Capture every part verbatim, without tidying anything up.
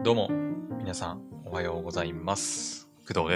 どうも、皆さんおはようございます。工藤です。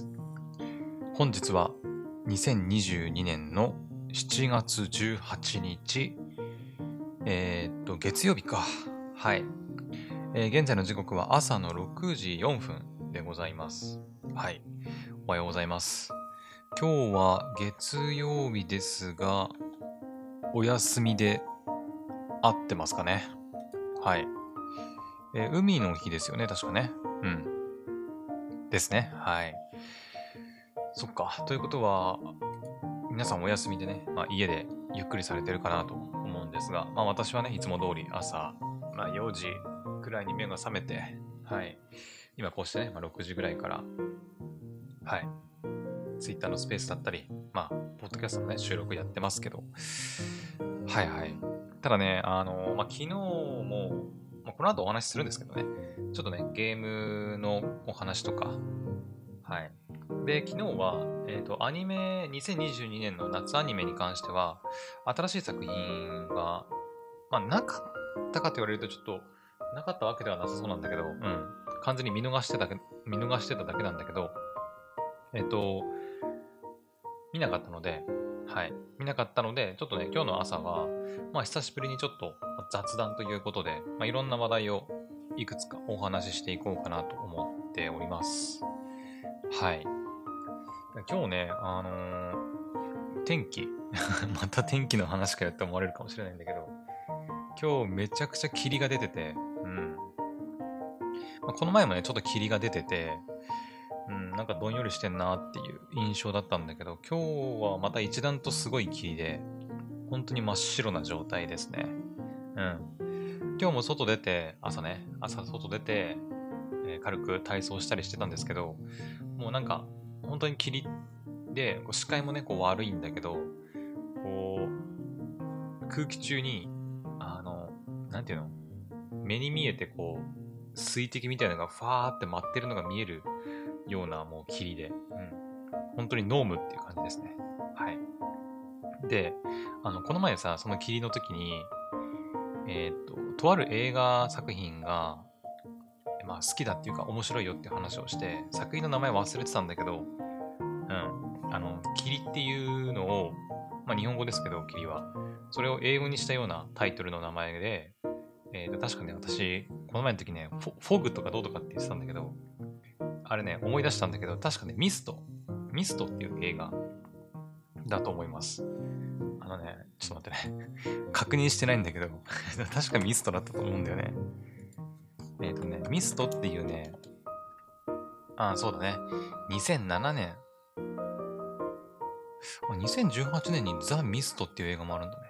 本日はにせんにじゅうにねんのしちがつじゅうはちにち、えー、っと、月曜日か。はい、えー現在の時刻は朝のろくじよんぷんでございます。はい。おはようございます。今日は月曜日ですが、お休みで合ってますかね。はい。えー海の日ですよね、確かね。うん。ですね。はい。そっか。ということは、皆さんお休みでね、まあ、家でゆっくりされてるかなと思うんですが、まあ私はね、いつも通り朝、まあ、よじくらいに目が覚めて、はい。今こうしてね、まあ、ろくじぐらいから、はい。ツイッターのスペースだったり、まあ、ポッドキャストのね、収録やってますけど、はいはい。ただね、あの、まあ、昨日も、まあ、この後お話しするんですけどね、ちょっとね、ゲームのお話とか、はい。で、昨日は、えっと、アニメ、にせんにじゅうにねんの夏アニメに関しては、新しい作品が、まあ、なかったかと言われるとちょっと、なかったわけではなさそうなんだけど、うん。完全に見逃してただけ、見逃してただけなんだけど、えっと、見なかったので、はい。見なかったので、ちょっとね、今日の朝は、まあ、久しぶりにちょっと雑談ということで、まあ、いろんな話題をいくつかお話ししていこうかなと思っております。はい。今日ね、あのー天気また天気の話かよって思われるかもしれないんだけど、今日めちゃくちゃ霧が出てて、うん。まあ、この前もね、ちょっと霧が出てて、うん、なんかどんよりしてんなっていう印象だったんだけど、今日はまた一段とすごい霧で、本当に真っ白な状態ですね。うん。今日も外出て、朝ね、朝外出て、えー軽く体操したりしてたんですけど、もうなんか、本当に霧で、こう視界もね、こう悪いんだけど、こう、空気中に、あの、なんていうの目に見えてこう、水滴みたいなのがファーって舞ってるのが見えるようなもう霧で、うん。本当にノームっていう感じですね。はい。で、あの、この前さ、その霧の時に、えーっと、とある映画作品が、まあ好きだっていうか面白いよっていう話をして、作品の名前忘れてたんだけど、うん。あの、霧っていうのを、まあ日本語ですけど、霧は。それを英語にしたようなタイトルの名前で、えーと、確かね、私、この前の時ね、フォフォグとかどうとかって言ってたんだけど、あれね、思い出したんだけど、確かね、ミスト。ミストっていう映画だと思います。あのね、ちょっと待ってね。確認してないんだけど、確かミストだったと思うんだよね。えっ、とね、ミストっていうね、あ、そうだね。にせんななねん。あにせんじゅうはちねんにザ・ミストっていう映画もあるんだね。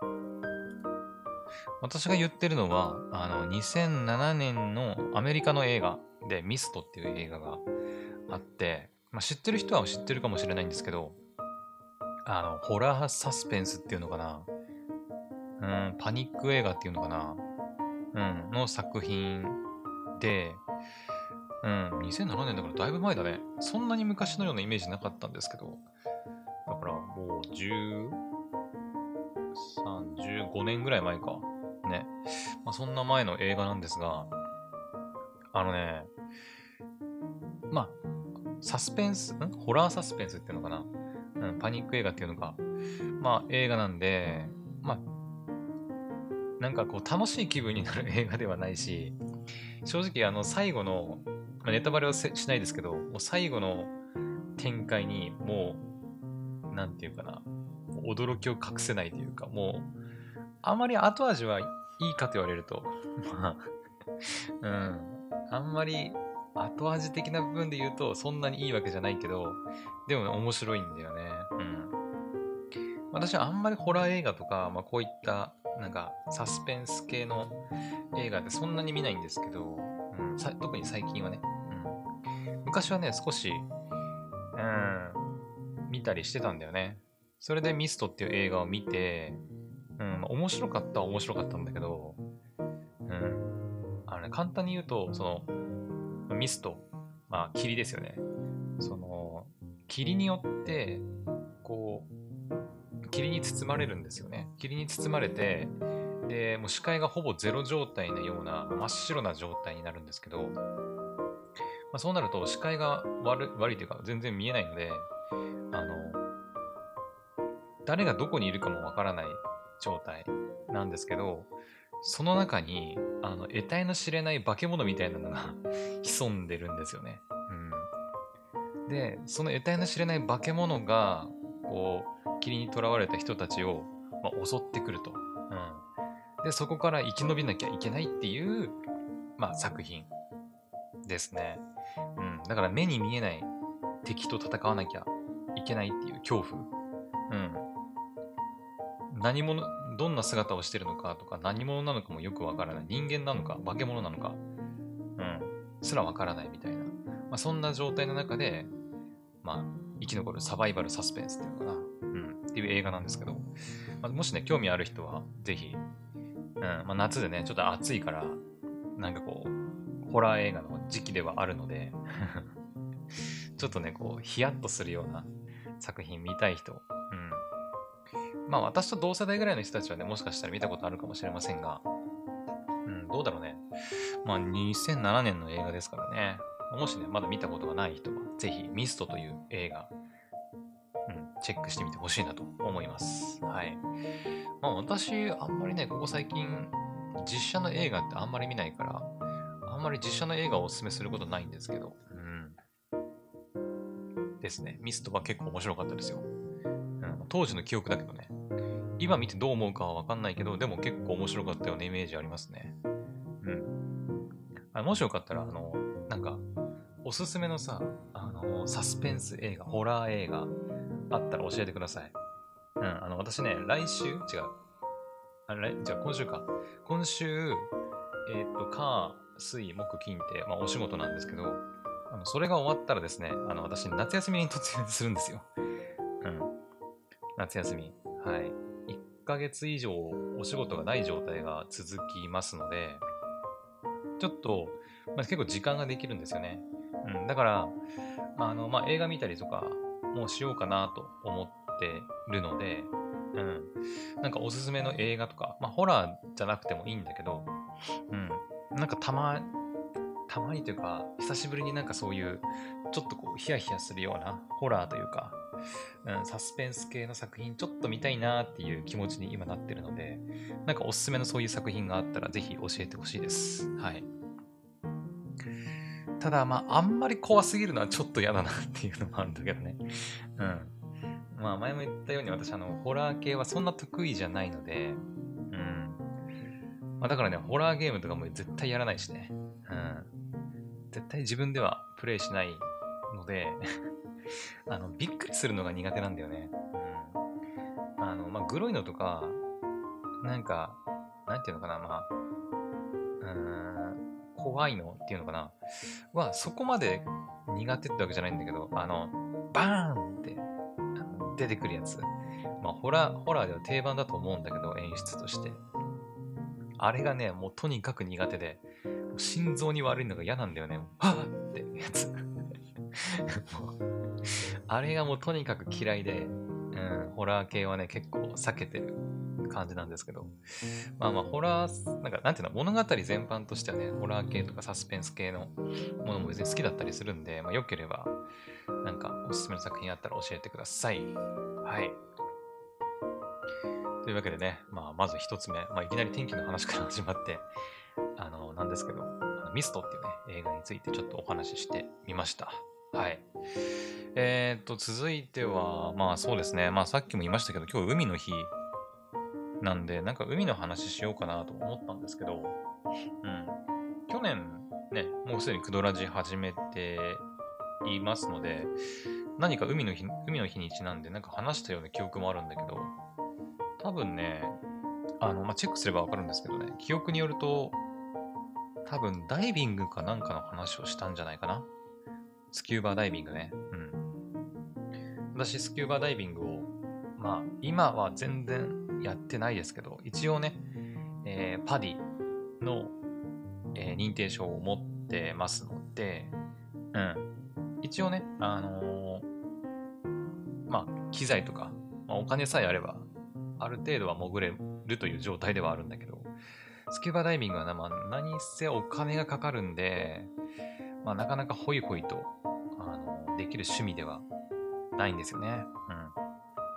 私が言ってるのは、あの、にせんななねんのアメリカの映画でミストっていう映画があって、まあ、知ってる人は知ってるかもしれないんですけど、あの、ホラーサスペンスっていうのかな、うん、パニック映画っていうのかな、うん、の作品で、うん、にせんななねんだからだいぶ前だね。そんなに昔のようなイメージなかったんですけど、だからもうじゅうさん、じゅうごねんぐらい前か。ね。まあ、そんな前の映画なんですが、あのね、まあ、サスペンス、んホラーサスペンスっていうのかな、うん、パニック映画っていうのか。まあ、映画なんで、まあ、なんかこう、楽しい気分になる映画ではないし、正直、あの、最後の、まあ、ネタバレはせしないですけど、もう最後の展開に、もう、なんていうかな、驚きを隠せないというか、もう、あまり後味はいいかと言われると、まあ、うん、あんまり後味的な部分で言うと、そんなにいいわけじゃないけど、でもね、面白いんだよね。うん。私はあんまりホラー映画とか、まあ、こういったなんかサスペンス系の映画ってそんなに見ないんですけど、うん、さ特に最近はね、うん、昔はね、少し、うん、見たりしてたんだよね。それでミストっていう映画を見て、うん、面白かったは面白かったんだけど、うん、あのね、簡単に言うと、その、ミスト、まあ、霧ですよね。その、霧によって、こう、霧に包まれるんですよね。霧に包まれて、 で、もう視界がほぼゼロ状態のような真っ白な状態になるんですけど、まあ、そうなると視界が悪い、悪いというか全然見えないので、あの、誰がどこにいるかもわからない状態なんですけど、その中に、あの、得体の知れない化け物みたいなのが潜んでるんですよね。うん。で、その得体の知れない化け物が、こう、霧に囚われた人たちを、まあ、襲ってくると。うん。で、そこから生き延びなきゃいけないっていう、まあ、作品ですね。うん。だから目に見えない敵と戦わなきゃいけないっていう恐怖。うん。何者、どんな姿をしてるのかとか、何者なのかもよくわからない。人間なのか、化け物なのか、うん。すらわからないみたいな。まあ、そんな状態の中で、まあ、生き残るサバイバルサスペンスっていうのかな。うん。っていう映画なんですけど、まあ、もしね、興味ある人は、ぜひ、うん。まあ、夏でね、ちょっと暑いから、なんかこう、ホラー映画の時期ではあるので、ちょっとね、こう、ヒヤッとするような作品見たい人、うん。まあ私と同世代ぐらいの人たちはね、もしかしたら見たことあるかもしれませんが、うん、どうだろうね。まあにせんななねんの映画ですからね。もしね、まだ見たことがない人は、ぜひミストという映画、うん、チェックしてみてほしいなと思います。はい。まあ私、あんまりね、ここ最近、実写の映画ってあんまり見ないから、あんまり実写の映画をおすすめすることないんですけど、うん。ですね。ミストは結構面白かったですよ。うん、当時の記憶だけどね。今見てどう思うかはわかんないけど、でも結構面白かったようなイメージありますね。うん。あもしよかったら、あの、なんか、おすすめのさ、あの、サスペンス映画、ホラー映画、あったら教えてください。うん、あの、私ね、来週違う。あれ、じゃあ今週か。今週、えっ、と、火、水、木、金って、まあお仕事なんですけど、あの、それが終わったらですね、あの、私、夏休みに突入するんですよ。うん。夏休み。はい。いっかげつ以上お仕事がない状態が続きますので、ちょっと、まあ、結構時間ができるんですよね。うん。だから、あの、まあ、映画見たりとかもうしようかなと思ってるので、うん。なんかおすすめの映画とか、まあ、ホラーじゃなくてもいいんだけど、うん。なんかたま、たまにというか、久しぶりになんかそういう、ちょっとこう、ヒヤヒヤするようなホラーというか、うん、サスペンス系の作品ちょっと見たいなっていう気持ちに今なってるので、なんかおすすめのそういう作品があったらぜひ教えてほしいです。はい。ただ、まあ、あんまり怖すぎるのはちょっと嫌だなっていうのもあるんだけどね。うん。まあ、前も言ったように私、あの、ホラー系はそんな得意じゃないので、うん。まあ、だからね、ホラーゲームとかも絶対やらないしね。うん。絶対自分ではプレイしないのであの、びっくりするのが苦手なんだよね。うん。あの、まあ、グロいのとか、なんか、なんていうのかな、まあ、うーん、怖いのっていうのかな。は、そこまで苦手ってわけじゃないんだけど、あの、バーンってあの出てくるやつ。まあ、ホラー、ホラーでは定番だと思うんだけど、演出として。あれがね、もうとにかく苦手で、心臓に悪いのが嫌なんだよね。はぁってやつ。もうあれがもうとにかく嫌いで、うん、ホラー系はね、結構避けてる感じなんですけど。まあまあ、ホラー、なんか、なんていうの、物語全般としてはね、ホラー系とかサスペンス系のものも別に好きだったりするんで、まあ、よければ、なんか、おすすめの作品あったら教えてください。はい。というわけでね、まあ、まず一つ目、まあ、いきなり天気の話から始まって、あの、なんですけど、あのミストっていうね、映画についてちょっとお話ししてみました。はい。えーっと、続いては、まあそうですね、まあさっきも言いましたけど、今日海の日なんで、なんか海の話しようかなと思ったんですけど、うん。去年ね、もうすでにクドラジ始めていますので、何か海の日、海の日にちなんでなんか話したような記憶もあるんだけど、多分ね、あの、まあ、チェックすればわかるんですけどね、記憶によると、多分ダイビングかなんかの話をしたんじゃないかな。スキューバーダイビングね。うん。私、スキューバーダイビングを、まあ、今は全然やってないですけど、一応ね、えーパディの、えー認定証を持ってますので、うん。一応ね、あのーまあ、機材とか、まあ、お金さえあれば、ある程度は潜れるという状態ではあるんだけど、 スキューバダイビングはな、まあ、何せお金がかかるんで、まあ、なかなかホイホイと、あの、できる趣味ではないんですよね。うん。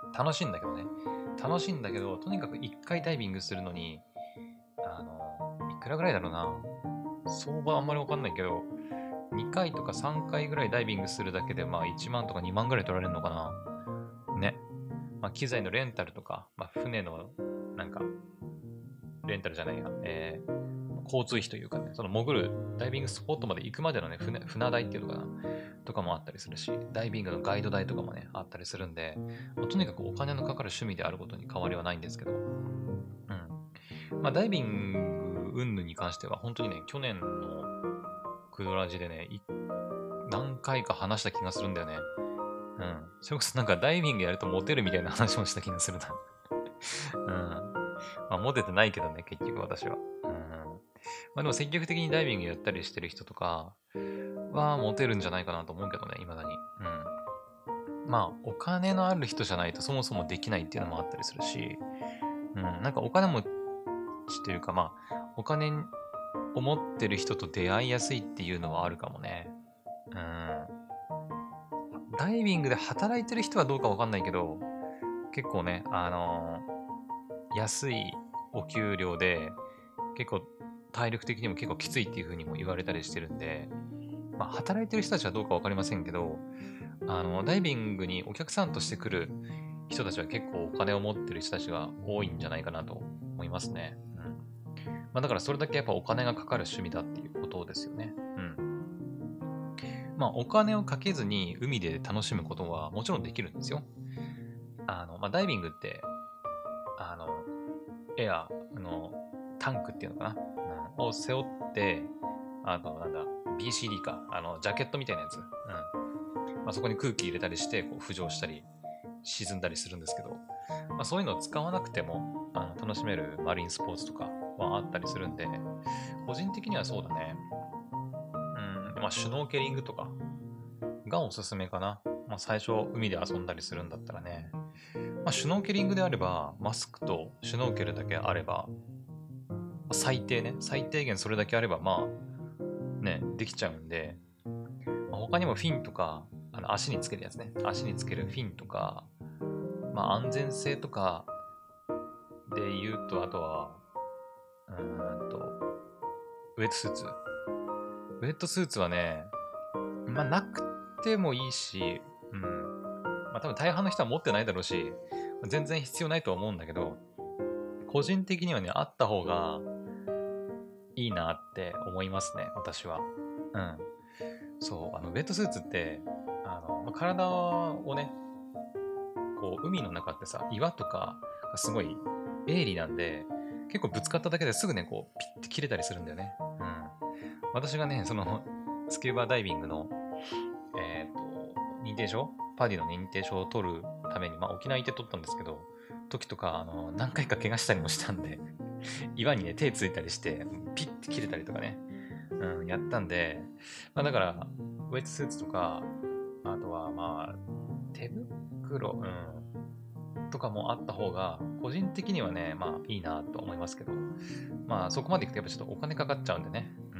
楽しいんだけどね。楽しいんだけど、とにかくいっかいダイビングするのに、あの、いくらぐらいだろうな。相場あんまりわかんないけど、にかいとかさんかいぐらいダイビングするだけで、まあいちまんとかにまんぐらい取られるのかな。ね。まあ機材のレンタルとか、まあ船の、なんか、レンタルじゃないや、えー、交通費というかね、その潜るダイビングスポットまで行くまでのね、船、船代っていうのかな、とかもあったりするし、ダイビングのガイド代とかもね、あったりするんで、まあとにかくお金のかかる趣味であることに変わりはないんですけど、うん。まあダイビング云々に関しては、本当にね、去年のクドラジでね、何回か話した気がするんだよね。うん。それこそなんかダイビングやるとモテるみたいな話もした気がするな。うん。まあ、モテてないけどね、結局私は。うん。まあでも積極的にダイビングやったりしてる人とかはモテるんじゃないかなと思うけどね、未だに。うん。まあ、お金のある人じゃないとそもそもできないっていうのもあったりするし、うん。なんかお金持ちというか、まあ、お金を持ってる人と出会いやすいっていうのはあるかもね。うん。ダイビングで働いてる人はどうかわかんないけど、結構ね、あのー安いお給料で、結構体力的にも結構きついっていう風にも言われたりしてるんで、まあ、働いてる人たちはどうかわかりませんけど、あの、ダイビングにお客さんとして来る人たちは結構お金を持ってる人たちが多いんじゃないかなと思いますね。うん。まあ、だからそれだけやっぱお金がかかる趣味だっていうことですよね。うん。まあ、お金をかけずに海で楽しむことはもちろんできるんですよ。あの、まあ、ダイビングって、あの、エア、あの、タンクっていうのかな、うん、を背負って、あと、なんだ、ビーシーディー か、あの、ジャケットみたいなやつ。うん。まあ、そこに空気入れたりして、こう浮上したり、沈んだりするんですけど、まあ、そういうのを使わなくても、あの楽しめるマリンスポーツとかはあったりするんで、個人的にはそうだね。うん、まあ、シュノーケリングとかがおすすめかな。まあ、最初、海で遊んだりするんだったらね。まあ、シュノーケリングであれば、マスクとシュノーケルだけあれば、最低ね、最低限それだけあれば、まあ、ね、できちゃうんで、まあ、他にもフィンとか、あの足につけるやつね。足につけるフィンとか、まあ、安全性とかで言うと、あとは、うーんと、ウェットスーツ。ウェットスーツはね、まあ、なくてもいいし、うん。まあ、多分大半の人は持ってないだろうし、全然必要ないとは思うんだけど、個人的にはね、あった方がいいなって思いますね、私は。うん。そう、あの、ウェットスーツって、あの、まあ体をね、こう、海の中ってさ、岩とかがすごい鋭利なんで、結構ぶつかっただけですぐね、こう、ピッて切れたりするんだよね。うん。私がね、その、スキューバダイビングの、えっと、認定証パディの認定証を取るために、まあ、沖縄行って取ったんですけど、時とか、あの、何回か怪我したりもしたんで、岩にね、手ついたりして、ピッて切れたりとかね、うん、やったんで、まあだから、ウェットスーツとか、あとはまあ、手袋、うん、とかもあった方が、個人的にはね、まあいいなと思いますけど、まあそこまでいくとやっぱちょっとお金かかっちゃうんでね、うん。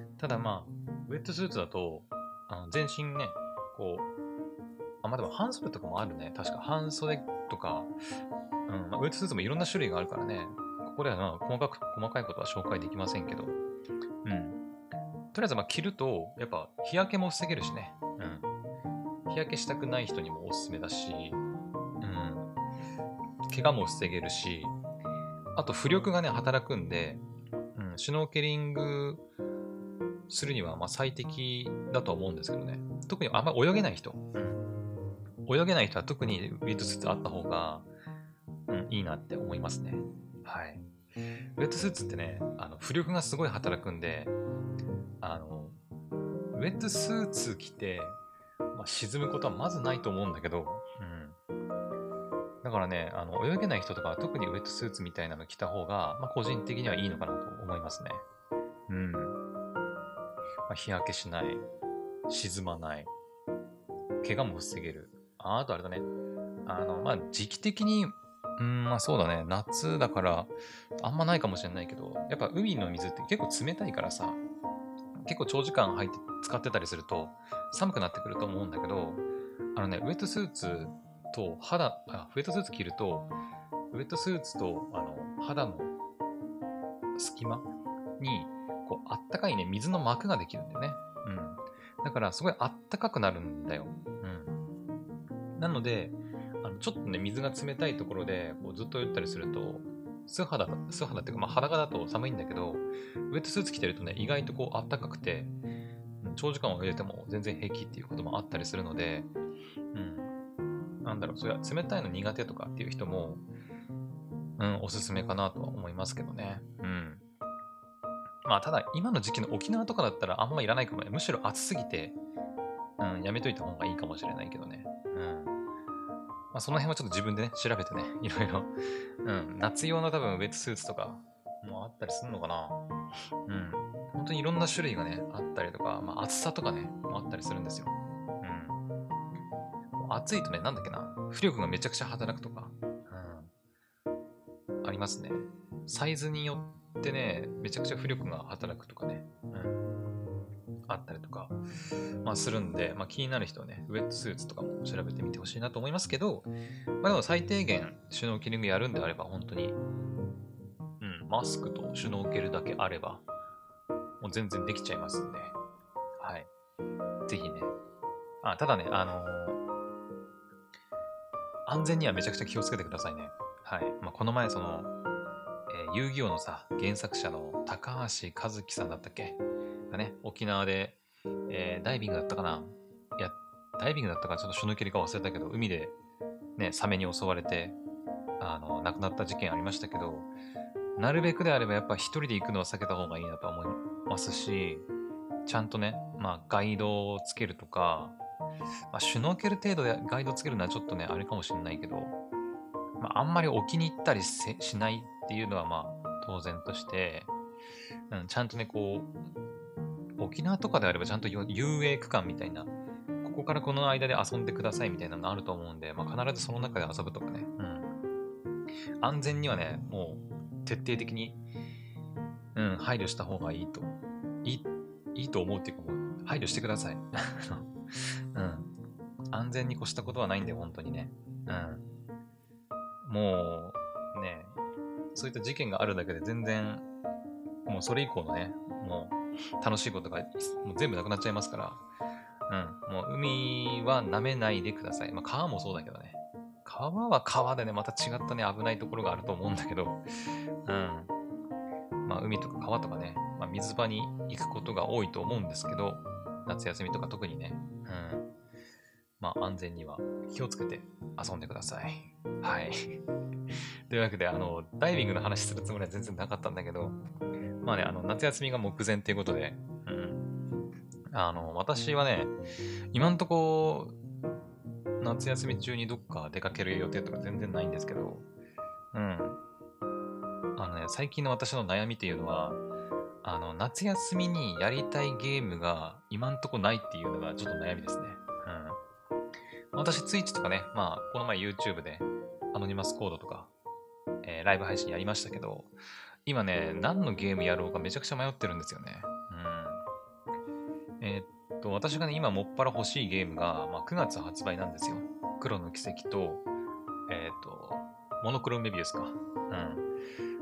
ただまあ、ウェットスーツだと、あの全身ね、こう、あ、まあでも半袖とかもあるね。確か半袖とか、うん、まあ、ウェットスーツもいろんな種類があるからね、ここではな細かく、細かいことは紹介できませんけど、うん。とりあえずまあ着ると、やっぱ日焼けも防げるしね。うん。日焼けしたくない人にもおすすめだし、うん。怪我も防げるし、あと浮力がね、働くんで、うん、シュノーケリングするにはまあ最適だとは思うんですけどね。特にあんまり泳げない人。うん。泳げない人は特にウェットスーツあった方が、うん、いいなって思いますね。はい。ウェットスーツってね、あの浮力がすごい働くんで、あの、ウェットスーツ着て、まあ、沈むことはまずないと思うんだけど、うん。だからね、あの、泳げない人とかは特にウェットスーツみたいなの着た方が、まあ、個人的にはいいのかなと思いますね。うん。まあ、日焼けしない、沈まない、怪我も防げる。あ、あとあれだね。あの、まあ、時期的にうーん、まあそうだね。夏だから、あんまないかもしれないけど、やっぱ海の水って結構冷たいからさ、結構長時間入って使ってたりすると、寒くなってくると思うんだけど、あのね、ウェットスーツと肌、あ、ウェットスーツ着ると、ウェットスーツとあの肌の隙間に、こう、あったかいね、水の膜ができるんだよね。うん。だから、すごいあったかくなるんだよ。うん。なので、あのちょっとね、水が冷たいところで、こうずっと打ったりすると、素肌だ、素肌っていうか、まあ裸だと寒いんだけど、ウェットスーツ着てるとね、意外とこうあったかくて、長時間を入れても全然平気っていうこともあったりするので、うん。なんだろう、それは冷たいの苦手とかっていう人も、うん、おすすめかなとは思いますけどね。うん。まあ、ただ、今の時期の沖縄とかだったらあんまいらないかもね。むしろ暑すぎて、うん、やめといた方がいいかもしれないけどね。うん。まあ、その辺はちょっと自分でね、調べてね、いろいろ。うん。夏用の多分ウェットスーツとかもあったりするのかな。うん。本当にいろんな種類がね、あったりとか、まあ、厚さとかね、もあったりするんですよ。うん。暑いとね、なんだっけな。浮力がめちゃくちゃ働くとか。うん。ありますね。サイズによってね、めちゃくちゃ浮力が働くとかね。うん。あったりとか、まあ、するんで、まあ、気になる人はね、ウェットスーツとかも調べてみてほしいなと思いますけど、まあ、でも最低限、シュノーケリングやるんであれば、本当に、うん、マスクとシュノーケルだけあれば、もう全然できちゃいますんで、はい。ぜひね。あ、ただね、あのー安全にはめちゃくちゃ気をつけてくださいね。はい。まあ、この前、その、えー遊戯王のさ、原作者の高橋和樹さんだったっけがね、沖縄で、えーダイビングだったかないや、ダイビングだったかちょっとシュノーケルか忘れたけど、海でね、サメに襲われて、あの、亡くなった事件ありましたけど、なるべくであればやっぱ一人で行くのは避けた方がいいなと思いますし、ちゃんとね、まあガイドをつけるとか、まあ、シュノーケル程度でガイドつけるのはちょっとね、あれかもしれないけど、まあ、あんまり沖に行ったりせしないっていうのはまあ当然として、うん、ちゃんとね、こう、沖縄とかであればちゃんと遊泳区間みたいな、ここからこの間で遊んでくださいみたいなのあると思うんで、まあ、必ずその中で遊ぶとかね、うん。安全にはね、もう徹底的に、うん、配慮した方がいいと、いい、いいと思うっていうかもう、配慮してください。うん。安全に越したことはないんで、本当にね。うん。もう、ね、そういった事件があるだけで全然、もうそれ以降のね、もう楽しいことがもう全部なくなっちゃいますから、うん。もう海は舐めないでください。まあ川もそうだけどね。川は川でね、また違ったね、危ないところがあると思うんだけど、うん。まあ海とか川とかね、まあ水場に行くことが多いと思うんですけど、夏休みとか特にね、うん。まあ安全には気をつけて遊んでください。はい。というわけで、あの、ダイビングの話するつもりは全然なかったんだけど、まあね、あの、夏休みが目前っていうことで、うん。あの、私はね、今んとこ、夏休み中にどっか出かける予定とか全然ないんですけど、うん。あのね、最近の私の悩みっていうのは、あの、夏休みにやりたいゲームが今んとこないっていうのがちょっと悩みですね。うん。私、ツイッチとかね、まあ、この前 YouTube でアノニマスコードとか、えーライブ配信やりましたけど、今ね、何のゲームやろうかめちゃくちゃ迷ってるんですよね。うん。えーっと、私がね、今もっぱら欲しいゲームが、まあ、くがつ発売なんですよ。黒の奇跡と、えーっと、モノクロメビウスか。うん。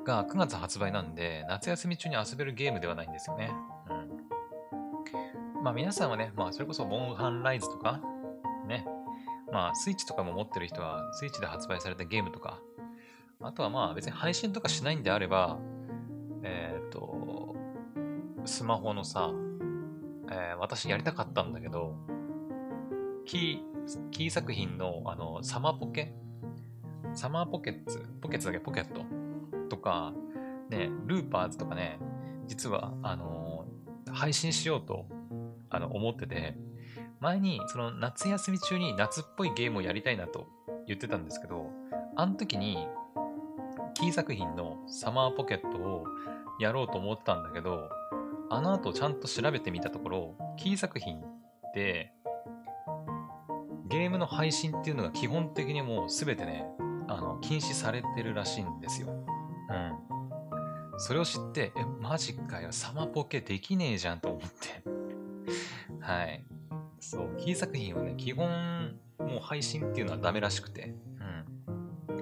がくがつ発売なんで、夏休み中に遊べるゲームではないんですよね。うん。まあ皆さんはね、まあそれこそモンハンライズとか、ね。まあスイッチとかも持ってる人は、スイッチで発売されたゲームとか、あとはまあ別に配信とかしないんであれば、えっと、スマホのさ、えー私やりたかったんだけど、キー、キー作品のあの、サマーポケサマーポケッツポケッツだっけポケットとか、ね、ルーパーズとかね、実は、あのー配信しようと、あの、思ってて、前に、その夏休み中に夏っぽいゲームをやりたいなと言ってたんですけど、あの時に、キー作品のサマーポケットをやろうと思ってたんだけど、あの後ちゃんと調べてみたところ、キー作品ってゲームの配信っていうのが基本的にもうすべてね、 あの、禁止されてるらしいんですよ。うん。それを知って、え、マジかよ、サマポケできねえじゃんと思って。はい。そう、キー作品はね、基本、もう配信っていうのはダメらしくて。うん。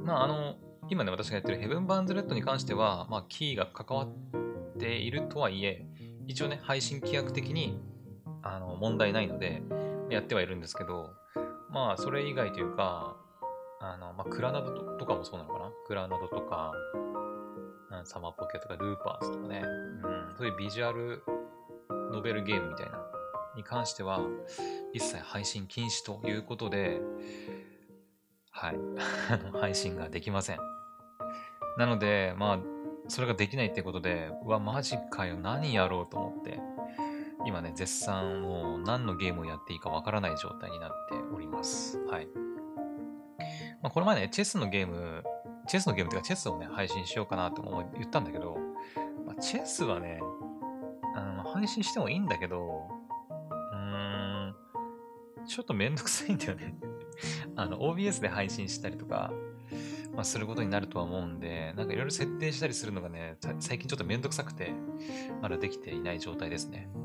まあ、あの、今ね、私がやってるヘブン・バーンズ・レッドに関しては、まあ、キーが関わっているとはいえ、一応ね、配信規約的に、あの、問題ないので、やってはいるんですけど、まあ、それ以外というか、あの、まあ、クラナドととかもそうなのかなクラナドとか、うんサマーポケとか、ルーパーズとかね、うん、そういうビジュアルノベルゲームみたいな、に関しては、一切配信禁止ということで、はい、配信ができません。なので、まあ、それができないってことで、うわ、マジかよ、何やろうと思って、今ね、絶賛もう何のゲームをやっていいかわからない状態になっております。はい。まあ、この前ね、チェスのゲーム、チェスのゲームっていうか、チェスをね、配信しようかなと思い言ったんだけど、まあ、チェスはね、あの配信してもいいんだけど、うーん、ちょっとめんどくさいんだよね。あの、オービーエス で配信したりとか、まあ、することになるとは思うんで、なんかいろいろ設定したりするのがね、最近ちょっとめんどくさくて、まだできていない状態ですね。うん。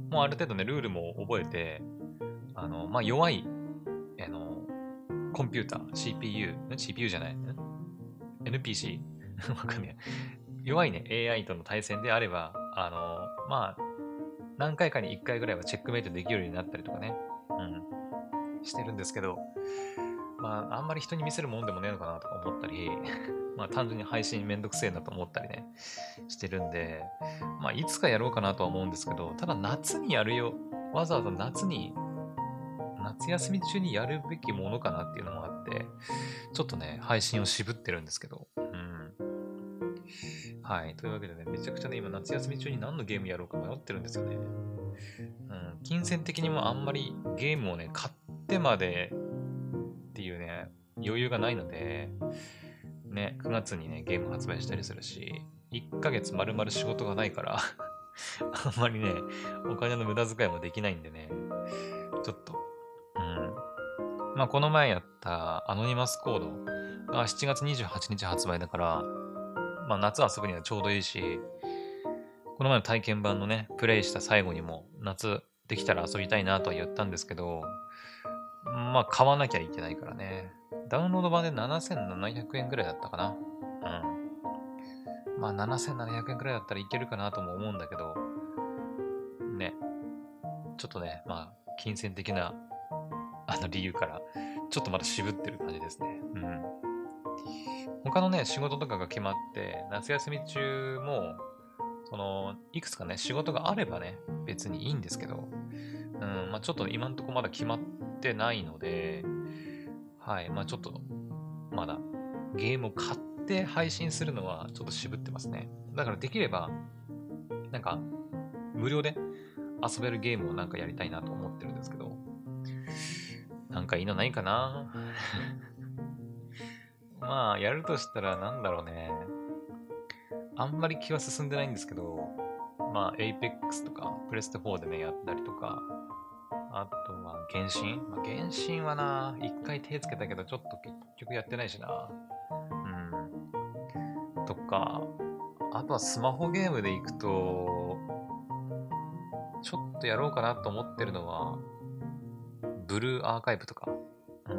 もうある程度ね、ルールも覚えて、あの、まあ、弱い、あの、コンピューター、シーピーユー、ん シーピーユー じゃない、ん エヌピーシー わかんない。弱いね、エーアイ との対戦であれば、あの、まあ、何回かにいっかいぐらいはチェックメイトできるようになったりとかね、うん、してるんですけど、まあ、あんまり人に見せるもんでもねえのかなとか思ったり、まあ、単純に配信めんどくせえなと思ったりね、してるんで、まあ、いつかやろうかなとは思うんですけど、ただ夏にやるよ。わざわざ夏に、夏休み中にやるべきものかなっていうのもあって、ちょっとね、配信を渋ってるんですけど、うん。はい。というわけでね、めちゃくちゃね、今夏休み中に何のゲームやろうか迷ってるんですよね。うん。金銭的にもあんまりゲームをね、買ってまでっていうね、余裕がないので、ね、くがつにね、ゲーム発売したりするし、いっかげつ丸々仕事がないからあんまりね、お金の無駄遣いもできないんでね、ちょっと、うん。まあ、この前やったアノニマスコードがしちがつにじゅうはちにち発売だから、まあ、夏遊ぶにはちょうどいいし、この前の体験版のね、プレイした最後にも、夏できたら遊びたいなとは言ったんですけど、まあ、買わなきゃいけないからね。ダウンロード版でななせんななひゃくえんぐらいだったかな。うん。まあ、ななせんななひゃくえんくらいだったらいけるかなとも思うんだけど、ね。ちょっとね、まあ、金銭的な、あの理由から、ちょっとまだ渋ってる感じですね。うん。他のね、仕事とかが決まって、夏休み中も、その、いくつかね、仕事があればね、別にいいんですけど、うん、まあちょっと今んとこまだ決まってないので、はい、まあちょっと、まだ、ゲームを買って配信するのはちょっと渋ってますね。だからできれば、なんか、無料で遊べるゲームをなんかやりたいなと思ってるんですけど、なんかいいのないかなまあ、やるとしたらなんだろうね。あんまり気は進んでないんですけど、まあ、Apex とか、プレステフォーでね、やったりとか、あとは、原神まあ、原神はな、一回手つけたけど、ちょっと結局やってないしな。うん。とか、あとはスマホゲームで行くと、ちょっとやろうかなと思ってるのは、ブルーアーカイブとか、うん。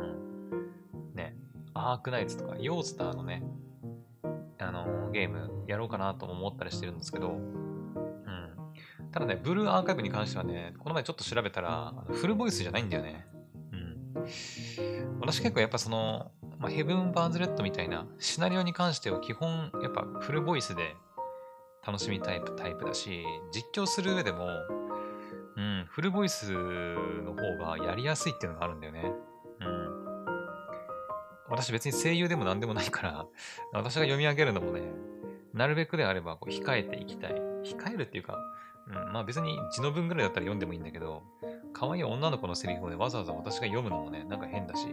ね、アークナイツとか、ヨースターのね、あのーゲームやろうかなとも思ったりしてるんですけど、うん。ただね、ブルーアーカイブに関してはね、この前ちょっと調べたら、フルボイスじゃないんだよね。うん。私結構やっぱその、まあ、ヘブン・バーンズ・レッドみたいなシナリオに関しては基本やっぱフルボイスで楽しみタイプタイプだし、実況する上でも、うん、フルボイスの方がやりやすいっていうのがあるんだよね。うん。私別に声優でも何でもないから、私が読み上げるのもね、なるべくであればこう控えていきたい。控えるっていうか、うん、まあ別に字の文ぐらいだったら読んでもいいんだけど、可愛い女の子のセリフをね、わざわざ私が読むのもね、なんか変だし、うん。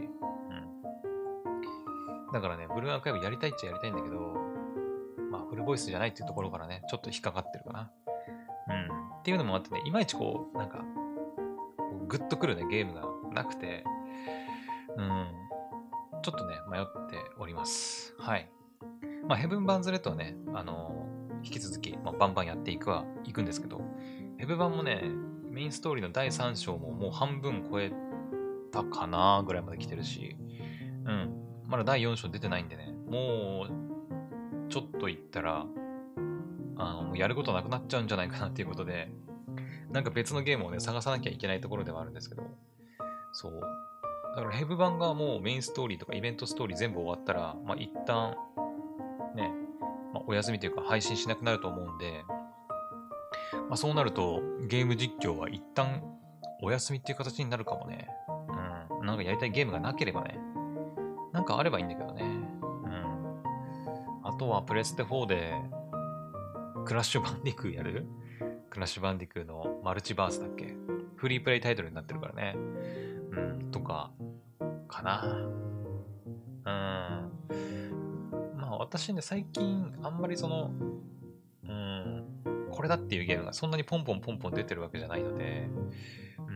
だからね、ブルーアーカイブやりたいっちゃやりたいんだけど、まあフルボイスじゃないっていうところからね、ちょっと引っかかってるかな。うん。っていうのもあってね、いまいちこう、なんか、グッとくるね、ゲームがなくて、うん。 ちょっとね、迷っております。はい。まあ、ヘブン・バンズ・レッドはね、あのー引き続き、まあ、バンバンやっていくは、いくんですけど、ヘブ版もね、メインストーリーのだいさん章ももう半分超えたかなぐらいまで来てるし、うん。まだだいよん章出てないんでね、もう、ちょっと言ったら、あの、もうやることなくなっちゃうんじゃないかなっていうことで、なんか別のゲームをね、探さなきゃいけないところではあるんですけど、そう。だからヘブ版がもうメインストーリーとかイベントストーリー全部終わったら、まあ一旦、ね、まあ、お休みというか配信しなくなると思うんで、まあ、そうなるとゲーム実況は一旦お休みっていう形になるかもね。うん。なんかやりたいゲームがなければね。なんかあればいいんだけどね。うん。あとはプレステフォーでクラッシュバンディクーやるクラッシュバンディクーのマルチバースだっけ、フリープレイタイトルになってるからね。うん。とか、かな。うん。まあ私ね、最近あんまりその、うん、これだっていうゲームがそんなにポンポンポンポン出てるわけじゃないので、うん。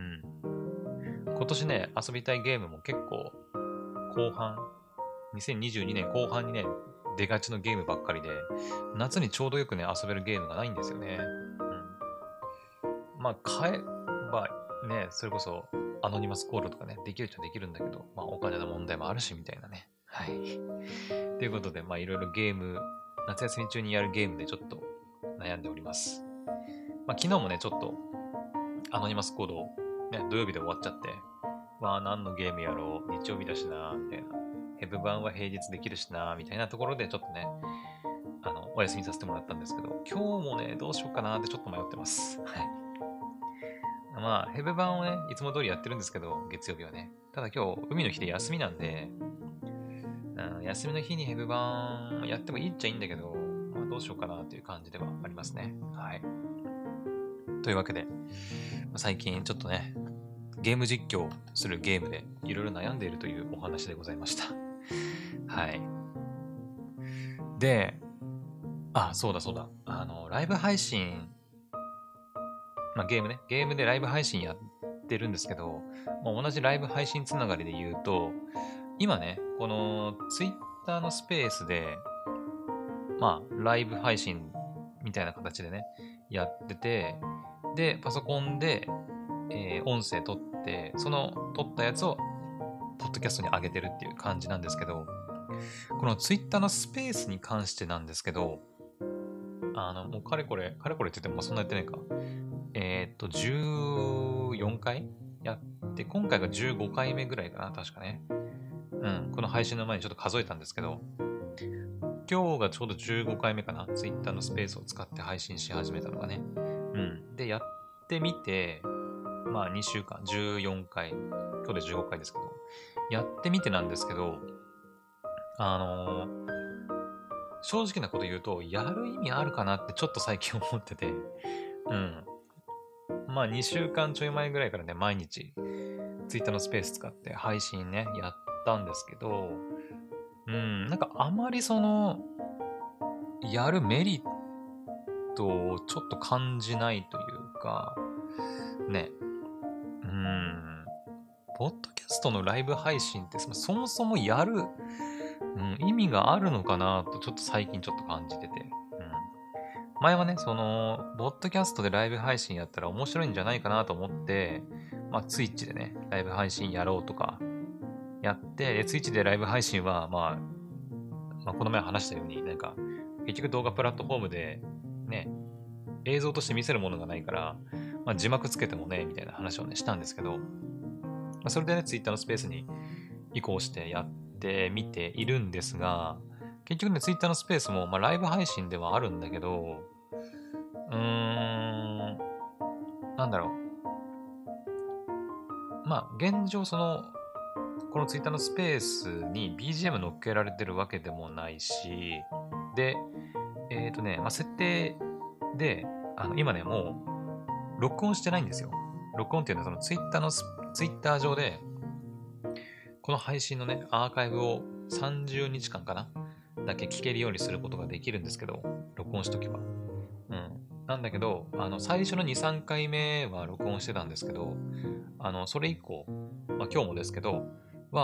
今年ね、遊びたいゲームも結構後半、にせんにじゅうにねん後半にね、出がちのゲームばっかりで、夏にちょうどよくね、遊べるゲームがないんですよね。うん。まあ、買えばね、それこそアノニマスコールとかね、できるっちゃできるんだけど、まあ、お金の問題もあるし、みたいなね。はい。ということで、まあ、いろいろゲーム、夏休み中にやるゲームでちょっと悩んでおります。まあ、昨日もね、ちょっと、アノニマスコード、ね、土曜日で終わっちゃって、まあ、何のゲームやろう、日曜日だしな、みたいな。ヘブ版は平日できるしな、みたいなところで、ちょっとね、あの、お休みさせてもらったんですけど、今日もね、どうしようかなってちょっと迷ってます。はい。まあ、ヘブ版をね、いつも通りやってるんですけど、月曜日はね。ただ今日、海の日で休みなんで、うん、休みの日にヘブ版やってもいいっちゃいいんだけど、まあ、どうしようかなっていう感じではありますね。はい。というわけで、最近ちょっとね、ゲーム実況するゲームでいろいろ悩んでいるというお話でございました。はい。で、あ、そうだそうだ。あの、ライブ配信、まあゲームね、ゲームでライブ配信やってるんですけど、まあ、同じライブ配信つながりで言うと、今ね、この Twitter のスペースで、まあ、ライブ配信みたいな形でね、やってて、で、パソコンで、えー音声取って、その取ったやつを、ポッドキャストに上げてるっていう感じなんですけど、この Twitter のスペースに関してなんですけど、あの、もうかれこれ、かれこれって言ってもそんなやってないか。えーっと、じゅうよんかいやって、今回がじゅうごかいめぐらいかな、確かね。うん、この配信の前にちょっと数えたんですけど、今日がちょうどじゅうごかいめかな。Twitter のスペースを使って配信し始めたのがね。うん。で、やってみて、まあにしゅうかん、じゅうよんかい、今日でじゅうごかいですけど、やってみてなんですけど、あのー正直なこと言うと、やる意味あるかなってちょっと最近思ってて、うん。まあにしゅうかんちょい前ぐらいからね、毎日 Twitter のスペース使って配信ね、やったんですけど、うん、なんかあまりその、やるメリットをちょっと感じないというか、ね、うん、ポッドキャストのライブ配信ってそそもそもやる、うん、意味があるのかなとちょっと最近ちょっと感じてて、うん。前はね、その、ポッドキャストでライブ配信やったら面白いんじゃないかなと思って、まあ、ツイッチでね、ライブ配信やろうとか、やって、で、ツイッチでライブ配信は、まあ、まあ、この前話したように、なんか、結局動画プラットフォームで、ね、映像として見せるものがないから、まあ、字幕つけてもね、みたいな話をね、したんですけど、まあ、それでね、ツイッターのスペースに移行してやってみているんですが、結局ね、ツイッターのスペースも、まあ、ライブ配信ではあるんだけど、うーん、なんだろう。まあ、現状その、このツイッターのスペースに ビージーエム 乗っけられてるわけでもないし、で、えっ、ー、とね、まあ、設定で、あの、今ね、もう、録音してないんですよ。録音っていうのは、そのツイッターのス、ツイッター上で、この配信のね、アーカイブをさんじゅうにちかんかなだけ聞けるようにすることができるんですけど、録音しとけば。うん。なんだけど、あの、最初のに、さんかいめは録音してたんですけど、あの、それ以降、まあ今日もですけど、は、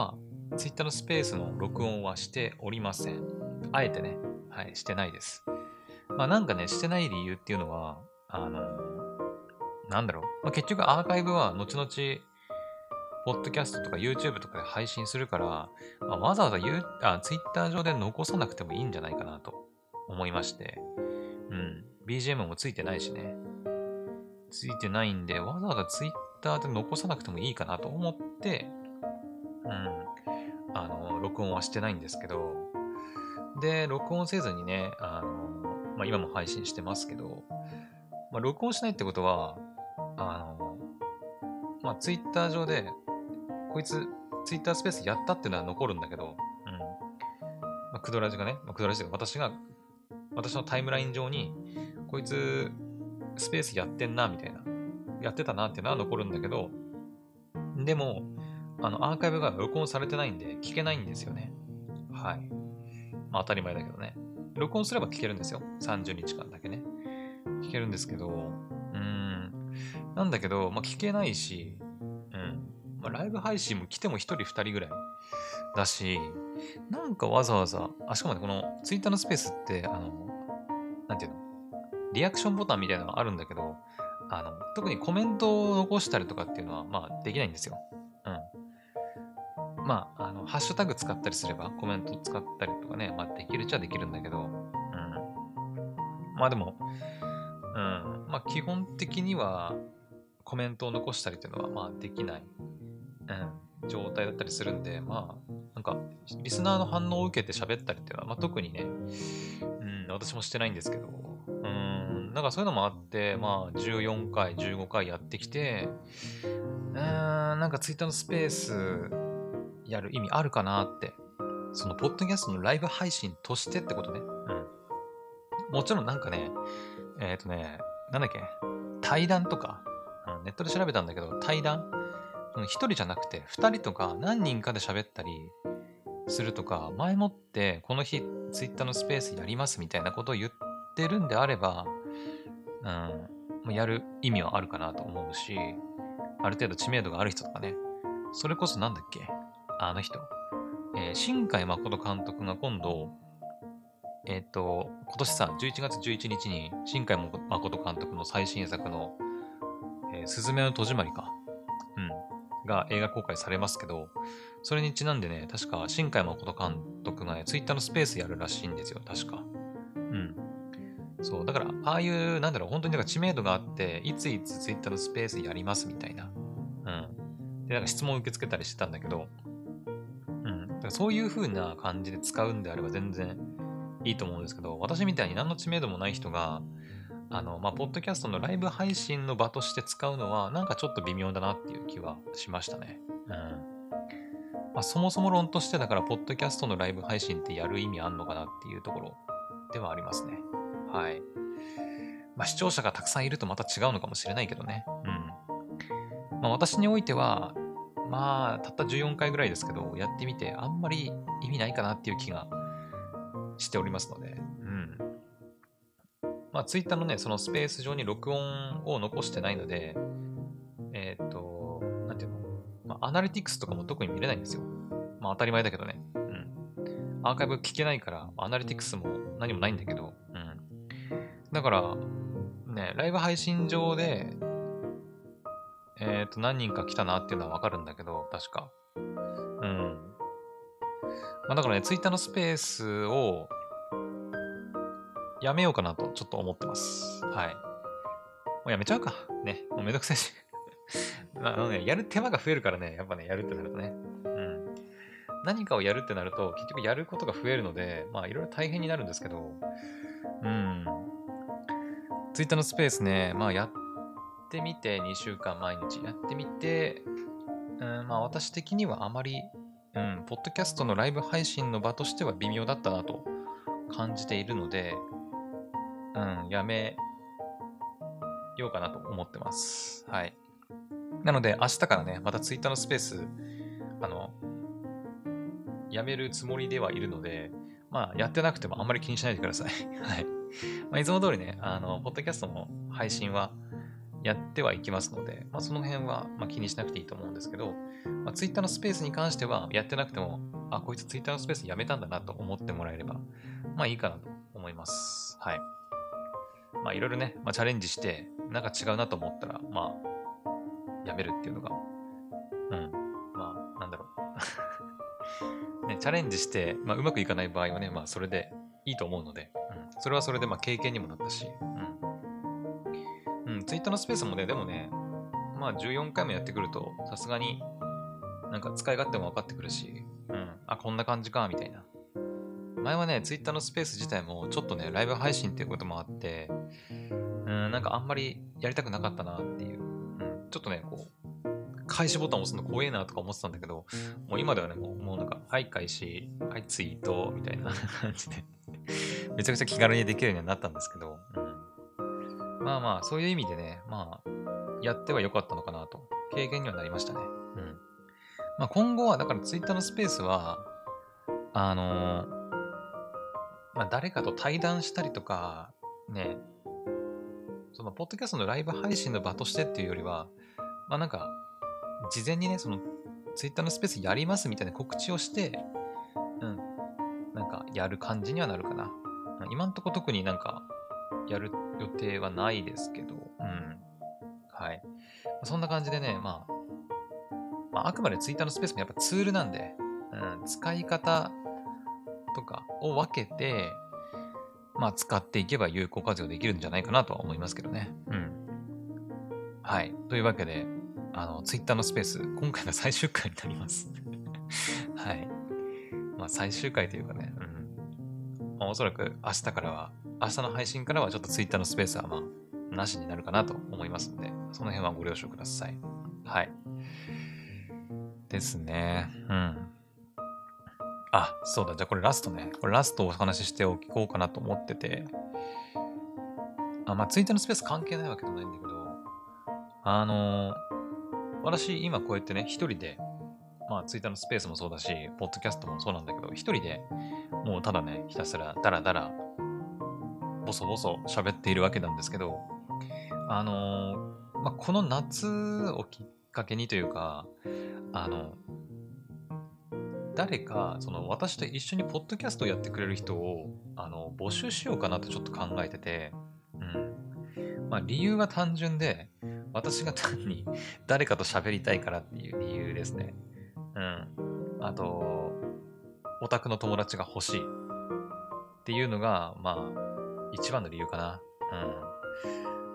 Twitter のスペースの録音はしておりません。あえてね、はい、してないです。まあなんかね、してない理由っていうのは、あの、なんだろう。まあ、結局アーカイブは後々、ポッドキャストとか YouTube とかで配信するから、まあ、わざわざ、U、あ Twitter 上で残さなくてもいいんじゃないかなと思いまして、うん。ビージーエム もついてないしね。ついてないんで、わざわざ Twitter で残さなくてもいいかなと思って、うん。あの、録音はしてないんですけど、で、録音せずにね、あの、まあ、今も配信してますけど、まあ、録音しないってことは、あの、まあ、Twitter 上で、こいつ、Twitter スペースやったっていうのは残るんだけど、うん。まあ、クドラジがね、まあ、クドラジが私が、私のタイムライン上に、こいつ、スペースやってんな、みたいな。やってたなっていうのは残るんだけど、でも、あの、アーカイブが録音されてないんで、聞けないんですよね。はい。まあ当たり前だけどね。録音すれば聞けるんですよ。さんじゅうにちかんだけね。聞けるんですけど、うーん。なんだけど、まあ聞けないし、うん。まあライブ配信も来てもひとりふたりぐらいだし、なんかわざわざ、あ、しかもね、この Twitter のスペースって、あの、なんていうの、リアクションボタンみたいなのがあるんだけど、あの、特にコメントを残したりとかっていうのは、まあできないんですよ。うん。まあ、あの、ハッシュタグ使ったりすれば、コメント使ったりとかね、まあ、できるっちゃできるんだけど、うん。まあでも、うん。まあ、基本的には、コメントを残したりっていうのは、まあ、できない、うん、状態だったりするんで、まあ、なんか、リスナーの反応を受けて喋ったりっていうのは、まあ、特にね、うん、私もしてないんですけど、うん、なんかそういうのもあって、まあ、じゅうよんかい、じゅうごかいやってきて、うーん、なんかツイッターのスペースやる意味あるかなって。その、ポッドキャストのライブ配信としてってことね。うん。もちろんなんかね、えっ、ー、とね、なんだっけ、対談とか、うん、ネットで調べたんだけど、対談、一人じゃなくて二人とか何人かで喋ったりするとか、前もってこの日ツイッターのスペースやりますみたいなことを言ってるんであれば、うん、やる意味はあるかなと思うし、ある程度知名度がある人とかね、それこそなんだっけ、あの人、えー新海誠監督が今度、えっ、と、今年さ、じゅういちがつじゅういちにちに新海誠監督の最新作の、えー、すずめの戸締まりか、うん、が映画公開されますけど、それにちなんでね、確か新海誠監督がね、ツイッターのスペースやるらしいんですよ、確か。うん。そう、だから、ああいう、なんだろう、本当になんか知名度があって、いついつツイッターのスペースやりますみたいな。うん。で、なんか質問受け付けたりしてたんだけど、うん。だからそういう風な感じで使うんであれば全然いいと思うんですけど、私みたいに何の知名度もない人が、あの、まあ、ポッドキャストのライブ配信の場として使うのは、なんかちょっと微妙だなっていう気はしましたね。うん。まあ、そもそも論としてだから、ポッドキャストのライブ配信ってやる意味あんのかなっていうところではありますね。はい。まあ、視聴者がたくさんいるとまた違うのかもしれないけどね。うん。まあ、私においては、まあ、たったじゅうよんかいぐらいですけど、やってみて、あんまり意味ないかなっていう気がしておりますので、うん。まあ、ツイッターのね、そのスペース上に録音を残してないので、えっ、と、なんていうの、まあ、アナリティクスとかも特に見れないんですよ。まあ、当たり前だけどね。うん。アーカイブ聞けないから、アナリティクスも何もないんだけど、うん。だから、ね、ライブ配信上で、えっ、と、何人か来たなっていうのはわかるんだけど、確か。うん。まあ、だからね、ツイッターのスペースをやめようかなとちょっと思ってます。はい。もうやめちゃうか。ね。もうめんどくさいし。まあ、あのね、やる手間が増えるからね、やっぱね、やるってなるとね。うん。何かをやるってなると、結局やることが増えるので、まあ、いろいろ大変になるんですけど、うん。ツイッターのスペースね、まあ、やってみて、にしゅうかん毎日やってみて、うん、まあ、私的にはあまり、うん、ポッドキャストのライブ配信の場としては微妙だったなと感じているので、うん、やめようかなと思ってます。はい。なので、明日からね、またツイッターのスペース、あの、やめるつもりではいるので、まあ、やってなくてもあんまり気にしないでください。はい。まあ、いつも通りね、あの、ポッドキャストの配信はやってはいきますので、まあ、その辺はまあ気にしなくていいと思うんですけど、まあ、Twitter のスペースに関してはやってなくても、あ、こいつ Twitter のスペースやめたんだなと思ってもらえれば、まあいいかなと思います。はい。まあいろいろね、まあ、チャレンジして、なんか違うなと思ったら、まあ、やめるっていうのが、うん。まあ、なんだろう。ね、チャレンジして、まあうまくいかない場合はね、まあそれでいいと思うので、うん。それはそれでまあ経験にもなったし、うん。うん、Twitter のスペースもね、でもね、まあじゅうよんかいもやってくると、さすがになんか使い勝手も分かってくるし、うん。あ、こんな感じか、みたいな。前はね、Twitter のスペース自体もちょっとね、ライブ配信っていうこともあって、うん、なんかあんまりやりたくなかったなっていう。うん、ちょっとね、こう、開始ボタン押すの怖えなとか思ってたんだけど、もう今ではね、もうもうなんか、はい開始、はいツイート、みたいな感じでめちゃくちゃ気軽にできるようにはなったんですけど、うん、まあまあ、そういう意味でね、まあ、やってはよかったのかなと、経験にはなりましたね。うん。まあ今後は、だから Twitter のスペースは、あのーまあ誰かと対談したりとか、ね、その、ポッドキャストのライブ配信の場としてっていうよりは、まあなんか、事前にね、その、ツイッターのスペースやりますみたいな告知をして、うん、なんか、やる感じにはなるかな。今んとこ特になんか、やる予定はないですけど、うん。はい。そんな感じでね、まあ、まあ、あくまでツイッターのスペースもやっぱツールなんで、うん、使い方とかを分けて、まあ、使っていけば有効活用できるんじゃないかなとは思いますけどね。うん。はい。というわけで、あの、ツイッターのスペース、今回が最終回になりますはい。まあ、最終回というかね、うん。まあ、おそらく明日からは、明日の配信からはちょっとツイッターのスペースは、まあ、なしになるかなと思いますので、その辺はご了承ください。はい。ですね。うん。あ、そうだ。じゃあこれラストね。これラストをお話ししておこうかなと思ってて、あ、まあ、ツイッターのスペース関係ないわけでもないんだけど、あのー私、今こうやってね、一人で、まあ、ツイッターのスペースもそうだし、ポッドキャストもそうなんだけど、一人でもうただね、ひたすらダラダラ、ボソボソ喋っているわけなんですけど、あのーまあ、この夏をきっかけにというか、あの、誰か、その私と一緒にポッドキャストをやってくれる人を、あの、募集しようかなとちょっと考えてて、うん。まあ、理由は単純で、私が単に誰かと喋りたいからっていう理由ですね。うん。あと、オタクの友達が欲しいっていうのが、まあ、一番の理由かな。うん。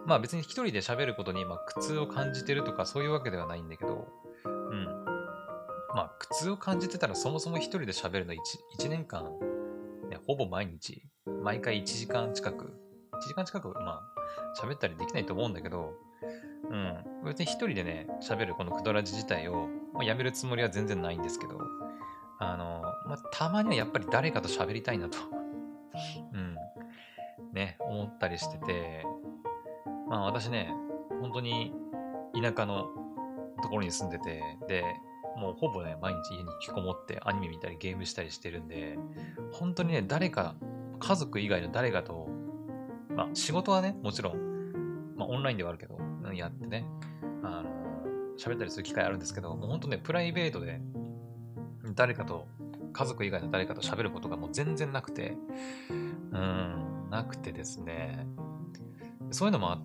まあ別に一人で喋ることに、まあ、苦痛を感じてるとかそういうわけではないんだけど、うん。まあ苦痛を感じてたらそもそも一人で喋るの 1, 一年間、ね、ほぼ毎日、毎回いちじかん近く、いちじかん近く、まあ、喋ったりできないと思うんだけど、うん。別に一人でね、喋るこのクドラジ自体を、まあ、やめるつもりは全然ないんですけど、あの、まあ、たまにはやっぱり誰かと喋りたいなとうん。ね、思ったりしてて、まあ私ね、本当に田舎のところに住んでて、で、もうほぼね、毎日家に引きこもってアニメ見たりゲームしたりしてるんで、本当にね、誰か、家族以外の誰かと、まあ仕事はね、もちろん、まあオンラインではあるけど、うんやってね、あの、喋ったりする機会あるんですけど、もう本当ね、プライベートで誰かと、家族以外の誰かと喋ることがもう全然なくて、うーん、なくてですね、そういうのもあって、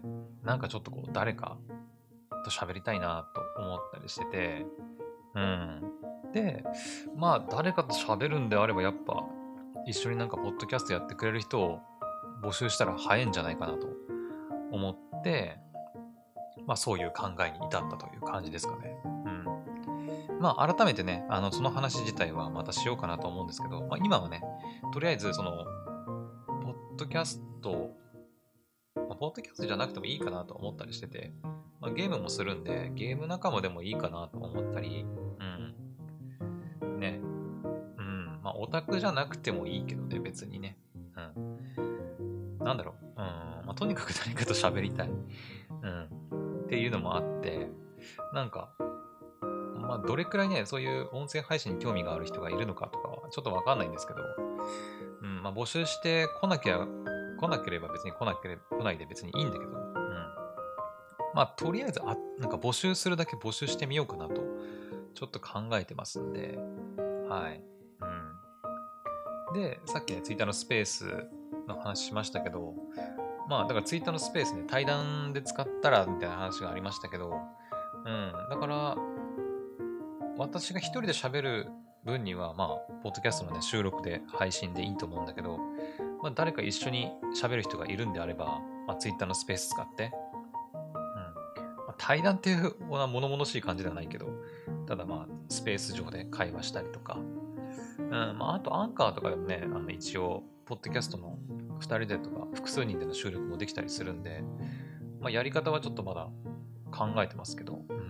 なんかちょっとこう、誰かと喋りたいなと思ったりしてて、うん。で、まあ、誰かと喋るんであれば、やっぱ、一緒になんか、ポッドキャストやってくれる人を募集したら早いんじゃないかなと思って、まあ、そういう考えに至ったという感じですかね。うん。まあ、改めてね、あの、その話自体はまたしようかなと思うんですけど、まあ、今はね、とりあえず、その、ポッドキャスト、まあ、ポッドキャストじゃなくてもいいかなと思ったりしてて、まあ、ゲームもするんで、ゲーム仲間でもいいかなと思ったり、うん。ね。うん。まあ、オタクじゃなくてもいいけどね、別にね。うん。なんだろう。うん。まあ、とにかく誰かと喋りたい。うん。っていうのもあって、なんか、まあ、どれくらいね、そういう音声配信に興味がある人がいるのかとかはちょっとわかんないんですけど、うん、まあ、募集して来なきゃ、来なければ別に来なければ、来ないで別にいいんだけど、うん。 まあ、とりあえずあ、なんか募集するだけ募集してみようかなと、ちょっと考えてますんで、はい。うん。で、さっきね、ツイッターのスペースの話しましたけど、まあ、だからツイッターのスペースね、対談で使ったら、みたいな話がありましたけど、うん。だから、私が一人で喋る分には、まあ、ポッドキャストのね、収録で配信でいいと思うんだけど、まあ、誰か一緒に喋る人がいるんであれば、まあ、ツイッターのスペース使って、まあ、対談っていうような物々しい感じではないけど、ただまあ、スペース上で会話したりとか、うん、まあ、あとアンカーとかでもね、あの一応、ポッドキャストのふたりでとか、複数人での収録もできたりするんで、まあ、やり方はちょっとまだ考えてますけど、うん。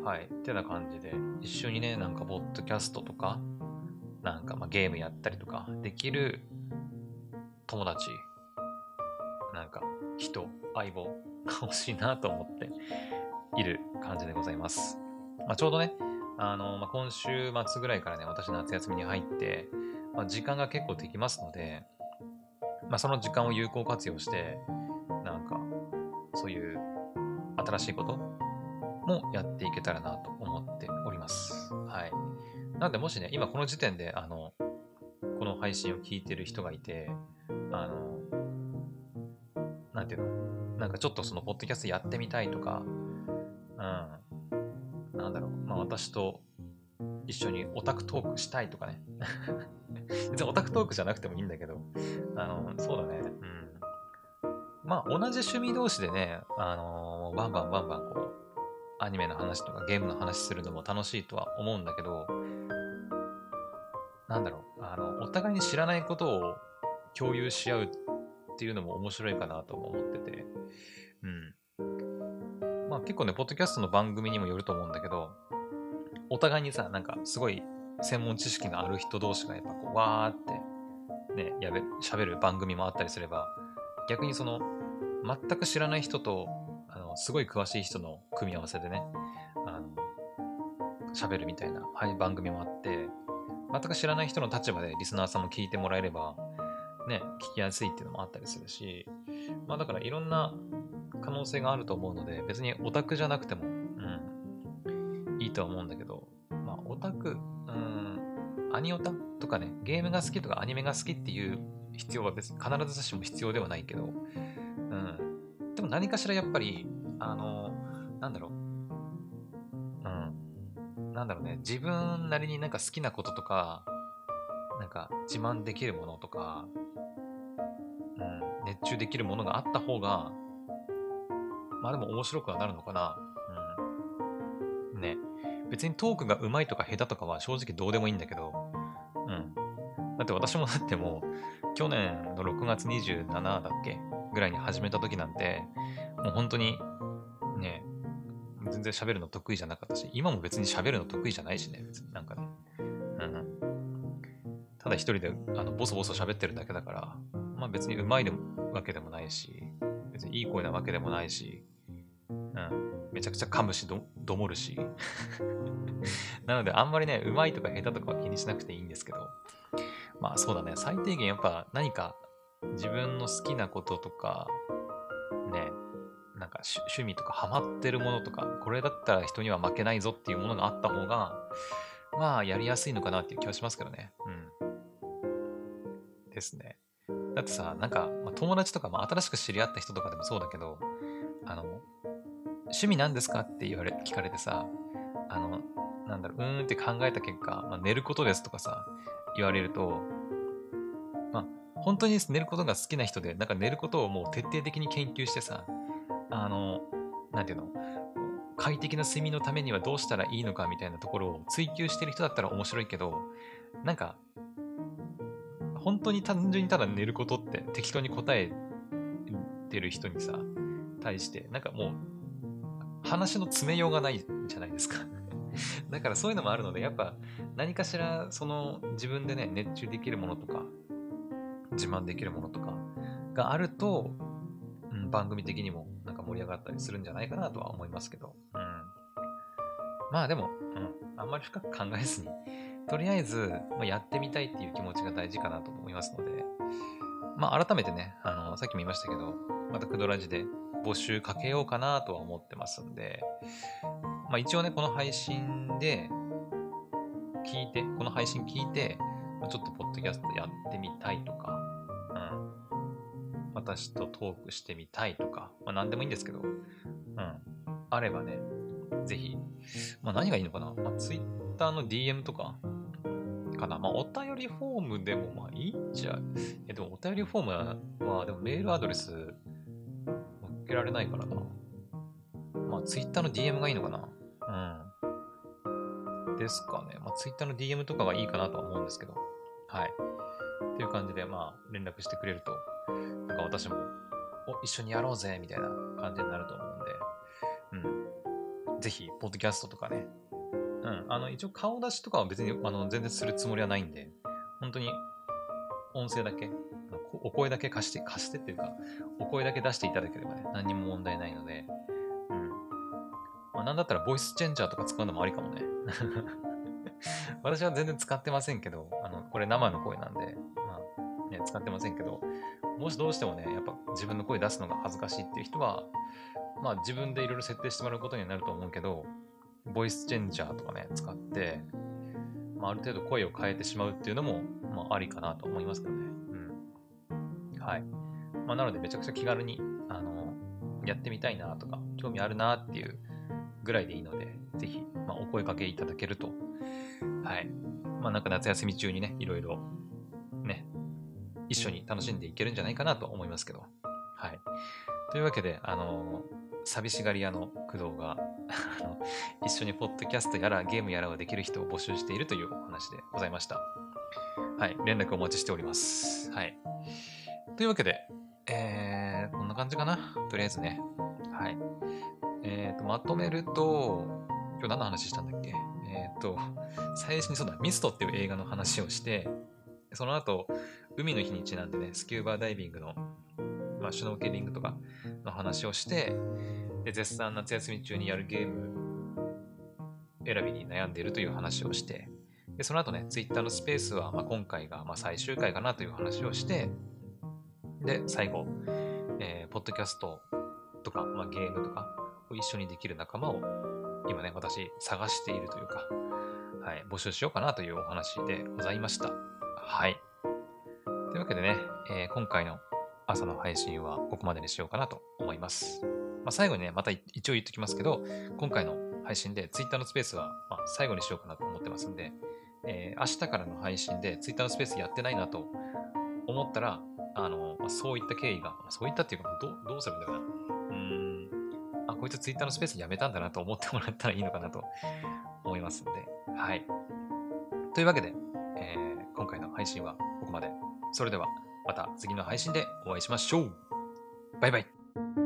はい。ってな感じで、一緒にね、なんか、ポッドキャストとか、なんか、まあ、ゲームやったりとか、できる友達、なんか、人、相棒が欲しいなと思っている感じでございます。まあ、ちょうどね、あの、まあ、今週末ぐらいからね、私夏休みに入って、まあ、時間が結構できますので、まあ、その時間を有効活用して、なんか、そういう新しいこともやっていけたらなと思っております。はい。なので、もしね、今この時点で、あの、この配信を聞いてる人がいて、あの、なんていうの、なんかちょっとそのポッドキャストやってみたいとか、うん、なんだろう、まあ私と一緒にオタクトークしたいとかね。別にオタクトークじゃなくてもいいんだけど、あの、そうだね、うん。まあ同じ趣味同士でね、あのーバンバンバンバンこう、アニメの話とかゲームの話するのも楽しいとは思うんだけど、なんだろう、あの、お互いに知らないことを共有し合うっていうのも面白いかなとも思ってて、うん。まあ結構ね、ポッドキャストの番組にもよると思うんだけど、お互いにさ、なんかすごい専門知識がある人同士がやっぱこう、わーってね、やべ、喋る番組もあったりすれば、逆にその、全く知らない人と、あの、すごい詳しい人の組み合わせでね、あの、喋るみたいな、はい、番組もあって、全く知らない人の立場でリスナーさんも聞いてもらえれば、ね、聞きやすいっていうのもあったりするし、まあだからいろんな可能性があると思うので、別にオタクじゃなくても、うん、いいとは思うんだけど、まあオタク、うん、アニオタとかね、ゲームが好きとかアニメが好きっていう必要は別に必ずしも必要ではないけど、うん。でも何かしらやっぱり、あの、なんだろう、うん、なんだろうね、自分なりになんか好きなこととか、なんか自慢できるものとか、うん、熱中できるものがあった方が、まあでも面白くはなるのかな。うん。ね。別にトークが上手いとか下手とかは正直どうでもいいんだけど、うん。だって私もだってもう、去年のろくがつにじゅうしちだっけぐらいに始めた時なんて、もう本当に、ね、全然喋るの得意じゃなかったし、今も別に喋るの得意じゃないしね、別になんかね。うん。ただ一人であのボソボソ喋ってるだけだから、まあ別に上手いわけでもないし、別にいい声なわけでもないし、うん。めちゃくちゃ噛むしど、どもるし。なのであんまりね、上手いとか下手とかは気にしなくていいんですけど、まあそうだね、最低限やっぱ何か自分の好きなこととか、ね、なんか趣趣味とかハマってるものとか、これだったら人には負けないぞっていうものがあった方が、まあやりやすいのかなっていう気はしますけどね。うん。ですね。だってさ、なんか、まあ、友達とか、まあ、新しく知り合った人とかでもそうだけど、あの、趣味なんですかって言われ、聞かれてさ、あの、なんだろう、うーんって考えた結果、まあ、寝ることですとかさ、言われると、まあ、本当に寝ることが好きな人で、なんか寝ることをもう徹底的に研究してさ、あの、なんていうの、快適な睡眠のためにはどうしたらいいのかみたいなところを追求してる人だったら面白いけど、なんか、本当に単純にただ寝ることって適当に答えてる人にさ、対して、なんかもう、話の詰めようがないじゃないですか。だからそういうのもあるので、やっぱ何かしら、その自分でね、熱中できるものとか、自慢できるものとかがあると、うん、番組的にもなんか盛り上がったりするんじゃないかなとは思いますけど。うん。まあでも、うん、あんまり深く考えずに、とりあえず、まあ、やってみたいっていう気持ちが大事かなと思いますので、まあ改めてね、あの、さっきも言いましたけど、またクドラジで募集かけようかなとは思ってますんで、まあ一応ね、この配信で聞いて、この配信聞いて、ちょっとポッドキャストやってみたいとか、うん。私とトークしてみたいとか、まあ何でもいいんですけど、うん。あればね、ぜひ、まあ何がいいのかな、まあ、Twitter の ディーエム とか、かな。まあ、お便りフォームでもまあいいんじゃ、え、でもお便りフォームは、でもメールアドレス載っけられないからな。まあ、Twitter の ディーエム がいいのかな。うん。ですかね。まあ、Twitter の ディーエム とかがいいかなとは思うんですけど。はい。っていう感じで、まあ、連絡してくれると、なんか私も、お、一緒にやろうぜ、みたいな感じになると思うんで、うん。ぜひ、ポッドキャストとかね、うん。あの、一応顔出しとかは別に、あの、全然するつもりはないんで、本当に音声だけ、お声だけ貸して、貸してっていうか、お声だけ出していただければね、何にも問題ないので、うん。まあ、なんだったらボイスチェンジャーとか使うのもありかもね。私は全然使ってませんけど、あの、これ生の声なんで、まあ、ね、使ってませんけど、もしどうしてもね、やっぱ自分の声出すのが恥ずかしいっていう人は、まあ自分でいろいろ設定してもらうことにはなると思うけど、ボイスチェンジャーとかね、使って、まあ、ある程度声を変えてしまうっていうのも、まあ、ありかなと思いますけどね。うん。はい。まあ、なので、めちゃくちゃ気軽に、あの、やってみたいなとか、興味あるなっていうぐらいでいいので、ぜひ、まあ、お声掛けいただけると、はい。まあ、なんか夏休み中にね、いろいろ、ね、一緒に楽しんでいけるんじゃないかなと思いますけど。はい。というわけで、あの寂しがり屋の工藤があの一緒にポッドキャストやらゲームやらをできる人を募集しているというお話でございました。はい。連絡お待ちしております。はい。というわけで、えー、こんな感じかな。とりあえずね。はい。えーと、まとめると、今日何の話したんだっけ。えーと、最初にそうだ、ミストっていう映画の話をして、その後、海の日にちなんでね、スキューバーダイビングの、まあ、シュノーケリングとかの話をして、で、絶賛夏休み中にやるゲーム選びに悩んでいるという話をして、で、その後ね、Twitter のスペースは、まあ、今回がまあ最終回かなという話をして、で、最後、えー、ポッドキャストとか、まあ、ゲームとかを一緒にできる仲間を今ね、私探しているというか、はい、募集しようかなというお話でございました。はい。というわけでね、えー今回の朝の配信はここまでにしようかなと思います。まあ、最後にね、また一応言っときますけど、今回の配信で Twitter のスペースは、まあ、最後にしようかなと思ってますんで、えー明日からの配信で Twitter のスペースやってないなと思ったら、あの、まあ、そういった経緯が、まあそういったっていうか、どうどうするんだろうな。うーん、あ、こいつ Twitter のスペースやめたんだなと思ってもらったらいいのかなと思いますんで、はい。というわけで、えー今回の配信はここまで。それでは、また次の配信でお会いしましょう。バイバイ。